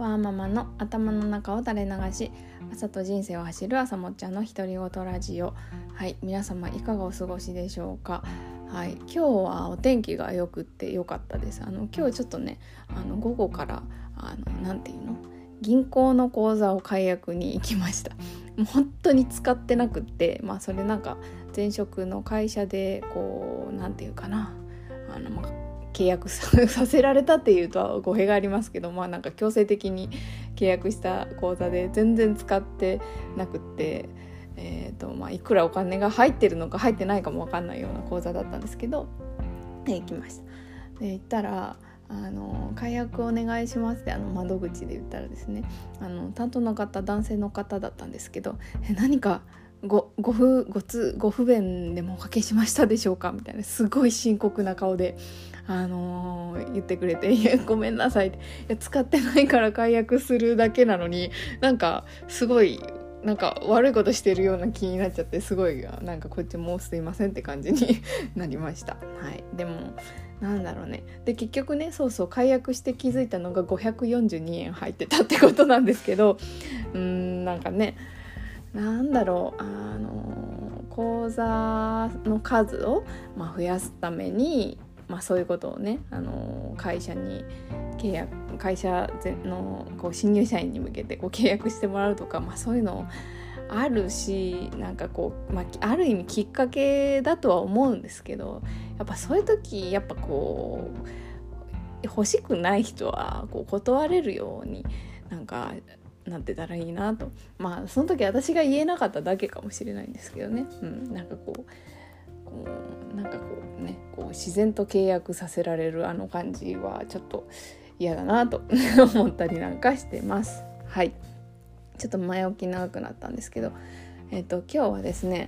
ワーママの頭の中を垂れ流し、朝と人生を走る朝もっちゃんの独り言ラジオ。はい、皆様いかがお過ごしでしょうか。はい、今日はお天気が良くって良かったです。今日ちょっとね、午後からなんていうの、銀行の口座を解約に行きました。もう本当に使ってなくって、それなんか前職の会社でこうなんていうかな、契約させられたっていうとは語弊がありますけど、なんか強制的に契約した口座で全然使ってなくって、いくらお金が入ってるのか入ってないかも分かんないような口座だったんですけど、行きました。で行ったら解約お願いしますって窓口で言ったらですね、担当の方男性の方だったんですけど、何かご不便でもおかけしましたでしょうかみたいな、すごい深刻な顔で言ってくれて、いやごめんなさいって、いや使ってないから解約するだけなのに、なんかすごいなんか悪いことしてるような気になっちゃって、すごいなんかこっちもすいませんって感じになりました。はい、でもなんだろうね。で結局ね、解約して気づいたのが542円入ってたってことなんですけど、なんかね、なんだろう、口座の数を増やすために、そういうことをね、会社に会社の新入社員に向けて契約してもらうとか、そういうのあるし、なんかある意味きっかけだとは思うんですけど、やっぱそういう時欲しくない人は断れるようになってたらいいなと。その時私が言えなかっただけかもしれないんですけどね、自然と契約させられる感じはちょっと嫌だなと思ったりなんかしてます。はい、ちょっと前置き長くなったんですけど、今日はですね、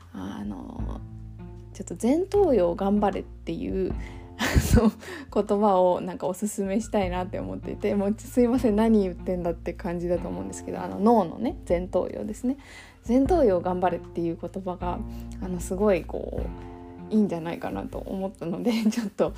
ちょっと前頭葉頑張れっていう言葉をおすすめしたいなって思っていて、もうすいません何言ってんだって感じだと思うんですけど、脳のね前頭葉ですね、前頭葉頑張れっていう言葉がすごいいいんじゃないかなと思ったので、ちょっと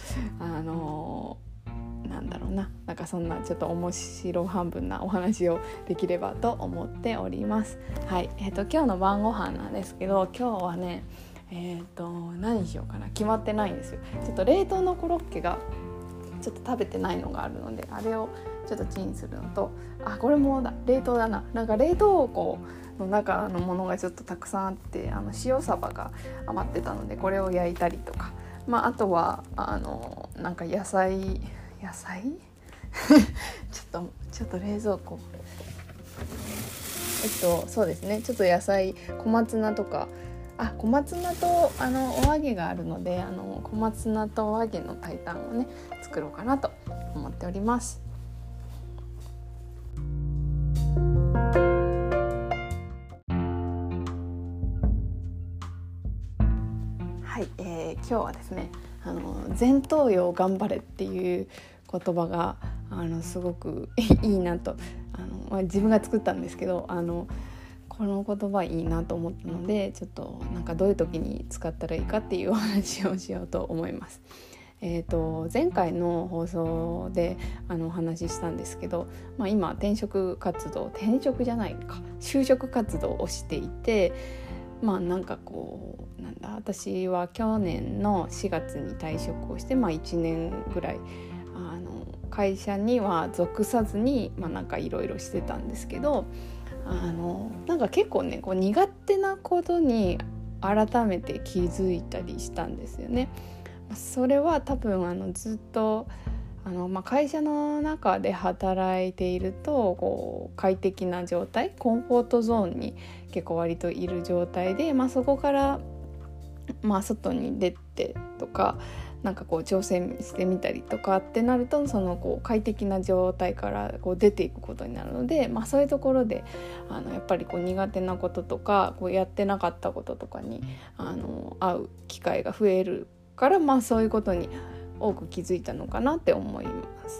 なんだろうな、そんなちょっと面白半分なお話をできればと思っております。はい、今日の晩ご飯なんですけど、今日はね何しようかな決まってないんですよ。ちょっと冷凍のコロッケがちょっと食べてないのがあるので、あれをちょっとチンするのと、これも冷凍だな、冷凍庫の中のものがちょっとたくさんあって、塩サバが余ってたのでこれを焼いたりとか、あとは野菜ちょっと冷蔵庫そうですね、ちょっと野菜小松菜とか、小松菜とお揚げがあるので、小松菜とお揚げの炊いたんをね作ろうかなと思っております。はい、今日はですね、前頭葉頑張れっていう言葉がすごくいいなと、自分が作ったんですけど、この言葉いいなと思ったので、ちょっとどういう時に使ったらいいかっていうお話をしようと思います。前回の放送でお話ししたんですけど、今就職活動をしていて、私は去年の4月に退職をして、1年ぐらい会社には属さずにいろいろしてたんですけど、結構ね苦手なことに改めて気づいたりしたんですよね。それは多分ずっと会社の中で働いていると快適な状態、コンフォートゾーンに結構割といる状態で、そこから外に出てとか挑戦してみたりとかってなると、その快適な状態から出ていくことになるので、そういうところでやっぱり苦手なこととかやってなかったこととかに会う機会が増えるから、そういうことに多く気づいたのかなって思います。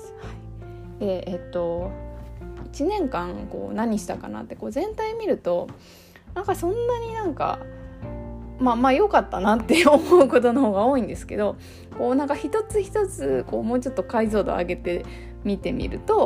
はい、で1年間何したかなって全体見るとそんなに良かったなって思うことの方が多いんですけど、一つ一つもうちょっと解像度上げて見てみると、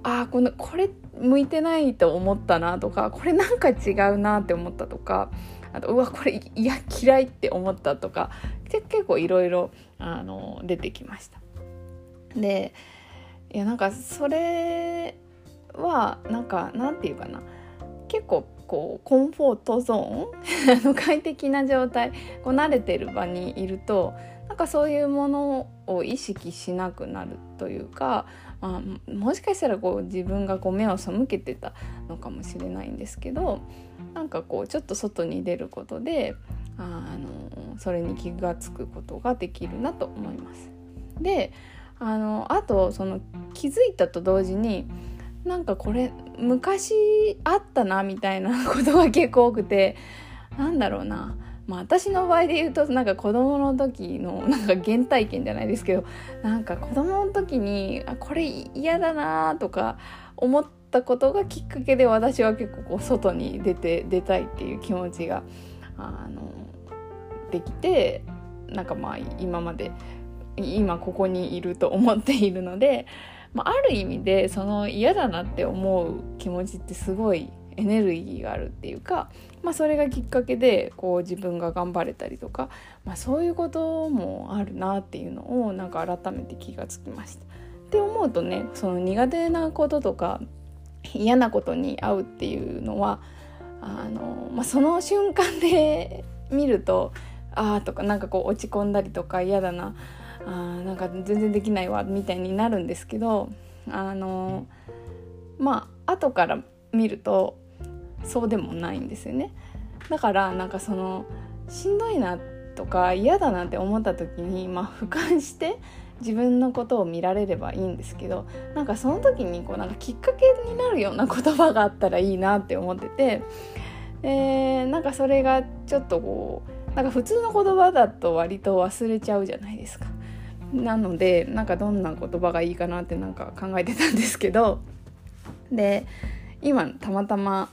これ向いてないと思ったなとか、これなんか違うなって思ったとか、あとこれ嫌いって思ったとか、結構いろいろ出てきました。で、なんかそれはなんていうかな、結構こうコンフォートゾーン快適な状態、慣れてる場にいるとなんかそういうものを意識しなくなるというか、もしかしたら自分が目を背けてたのかもしれないんですけど、なんかちょっと外に出ることでそれに気がつくことができるなと思います。で、あと気づいたと同時に、なんかこれ昔あったなみたいなことが結構多くて、なんだろうな、私の場合で言うとなんか子供の時のなんか原体験じゃないですけど、なんか子供の時にこれ嫌だなとか思ったことがきっかけで、私は結構外に出たいっていう気持ちができて、なんか今ここにいると思っているので、ある意味でその嫌だなって思う気持ちってすごいエネルギーがあるっていうか、それがきっかけで自分が頑張れたりとか、そういうこともあるなっていうのをなんか改めて気がつきました。って思うとね、その苦手なこととか嫌なことに遭うっていうのはその瞬間で見るととかなんか落ち込んだりとか嫌だななんか全然できないわみたいになるんですけど、後から見るとそうでもないんですよね。だからなんかしんどいなとか嫌だなって思った時に俯瞰して自分のことを見られればいいんですけど、なんかその時になんかきっかけになるような言葉があったらいいなって思ってて、なんかそれがちょっとなんか普通の言葉だと割と忘れちゃうじゃないですか。なのでなんかどんな言葉がいいかなってなんか考えてたんですけど、で今たまたま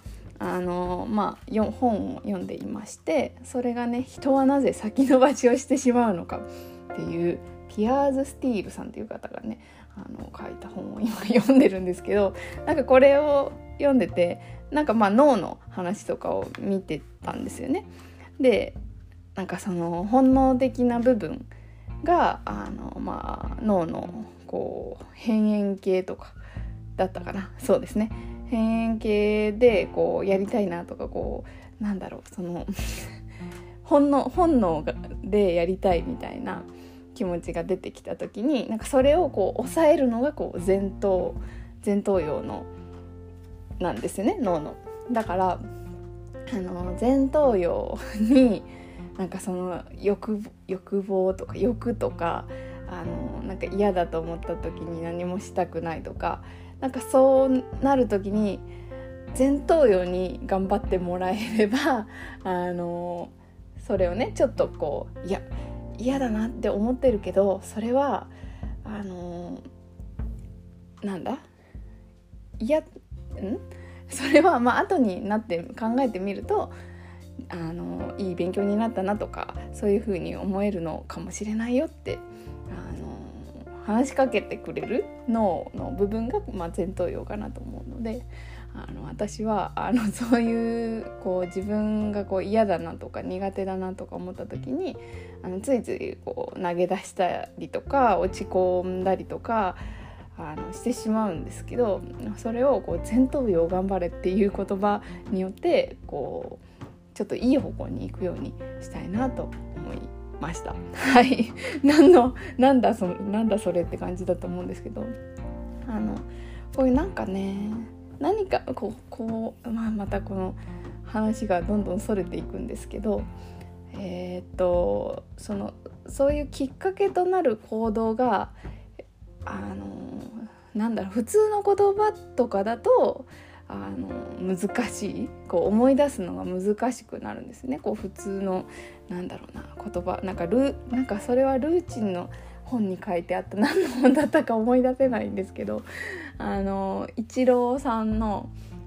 本を読んでいまして、それがね、人はなぜ先延ばしをしてしまうのかっていうピアーズ・スティールさんっていう方がね書いた本を今読んでるんですけど、なんかこれを読んでてなんか脳の話とかを見てたんですよね。でなんかその本能的な部分が脳の辺縁系とかだったかな、そうですね、辺縁系でやりたいなとかなんだろう、その本能でやりたいみたいな気持ちが出てきた時に、なんかそれを抑えるのが前頭葉のなんですよね、脳の。だから前頭葉になんかその欲望とか欲とかなんか嫌だと思った時に何もしたくないとか、なんかそうなる時に前頭葉に頑張ってもらえればそれをねちょっと嫌だなって思ってるけど、それはそれは後になって考えてみるといい勉強になったなとか、そういう風に思えるのかもしれないよって話しかけてくれる脳の部分が前頭葉かなと思うので、私はそういう自分が嫌だなとか苦手だなとか思った時についつい投げ出したりとか落ち込んだりとかしてしまうんですけど、それを前頭葉頑張れっていう言葉によってちょっといい方向に行くようにしたいなと思いました。はい、なんだそれって感じだと思うんですけど、こういうなんかね、何かまたこの話がどんどんそれていくんですけど、そういうきっかけとなる行動が普通の言葉とかだと難しい思い出すのが難しくなるんですね。普通の言葉なんかそれはルーチンの本に書いてあった何の本だったか思い出せないんですけど、イチローさんの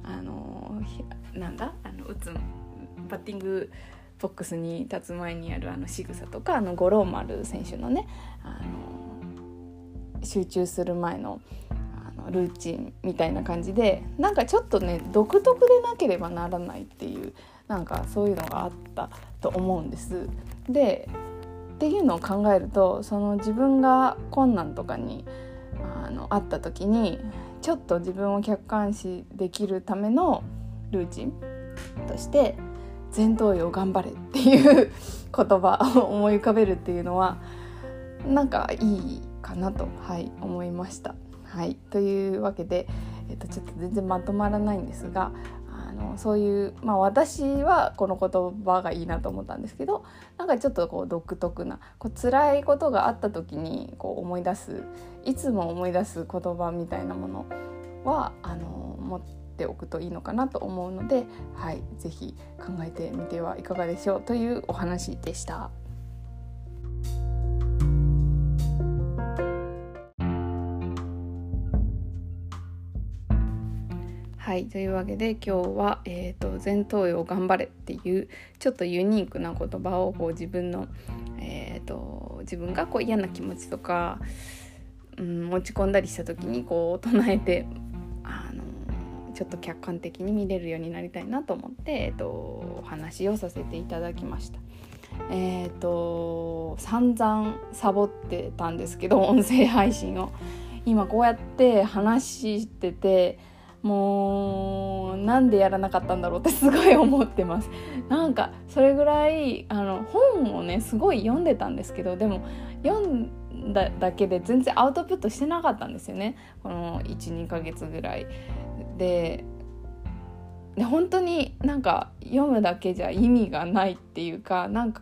打つバッティングボックスに立つ前にやる仕草とか五郎丸選手のね集中する前のルーチンみたいな感じで、なんかちょっとね独特でなければならないっていう、なんかそういうのがあったと思うんです。でっていうのを考えると、その自分が困難とかにあった時にちょっと自分を客観視できるためのルーチンとして前頭葉頑張れっていう言葉を思い浮かべるっていうのはなんかいいかなと、思いました。というわけで、ちょっと全然まとまらないんですが、そういう、私はこの言葉がいいなと思ったんですけど、なんかちょっとこう独特な辛いことがあった時に思い出す、いつも思い出す言葉みたいなものは持っておくといいのかなと思うので、ぜひ考えてみてはいかがでしょうというお話でした。というわけで今日は、前頭葉頑張れっていうちょっとユニークな言葉を自分の、自分が嫌な気持ちとか、落ち込んだりした時に唱えてちょっと客観的に見れるようになりたいなと思って、お話をさせていただきました。散々サボってたんですけど、音声配信を今こうやって話してて、もうなんでやらなかったんだろうってすごい思ってます。なんかそれぐらい本をねすごい読んでたんですけど、でも読んだだけで全然アウトプットしてなかったんですよね、この 1,2 ヶ月ぐらいで本当になんか読むだけじゃ意味がないっていうか、なんか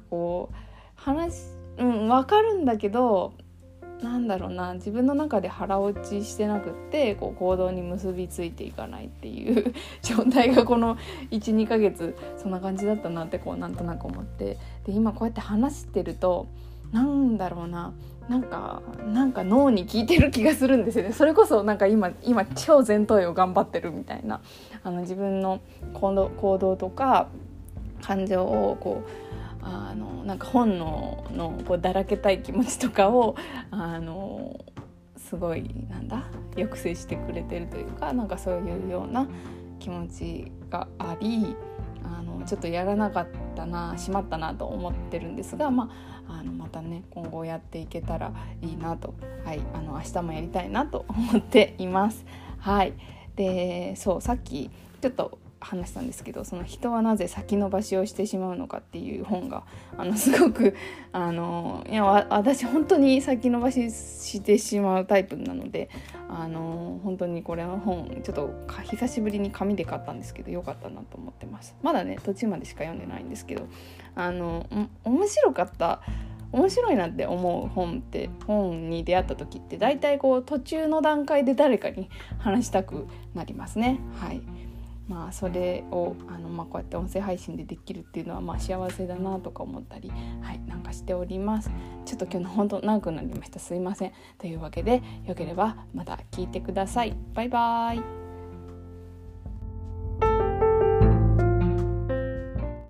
分かるんだけど、なんだろうな、自分の中で腹落ちしてなくって行動に結びついていかないっていう状態がこの 1,2 ヶ月そんな感じだったなってなんとなく思って、で今こうやって話してるとなんだろうな、なんか脳に効いてる気がするんですよね。それこそなんか今超前頭葉頑張ってるみたいな、自分の行動とか感情をなんか本能のだらけたい気持ちとかをすごい抑制してくれてるというか、なんかそういうような気持ちがあり、ちょっとやらなかったな、しまったなと思ってるんですが、またね今後やっていけたらいいなと、明日もやりたいなと思っています。でさっきちょっと話したんですけど、その人はなぜ先延ばしをしてしまうのかっていう本がすごく私本当に先延ばししてしまうタイプなので、本当にこれの本ちょっと久しぶりに紙で買ったんですけどよかったなと思ってます。まだね途中までしか読んでないんですけど、面白いなって思う本に出会った時って大体途中の段階で誰かに話したくなりますね。それをこうやって音声配信でできるっていうのは幸せだなとか思ったり、なんかしております。ちょっと今日の本当長くなりました、すいません。というわけでよければまた聞いてください。バイバイ。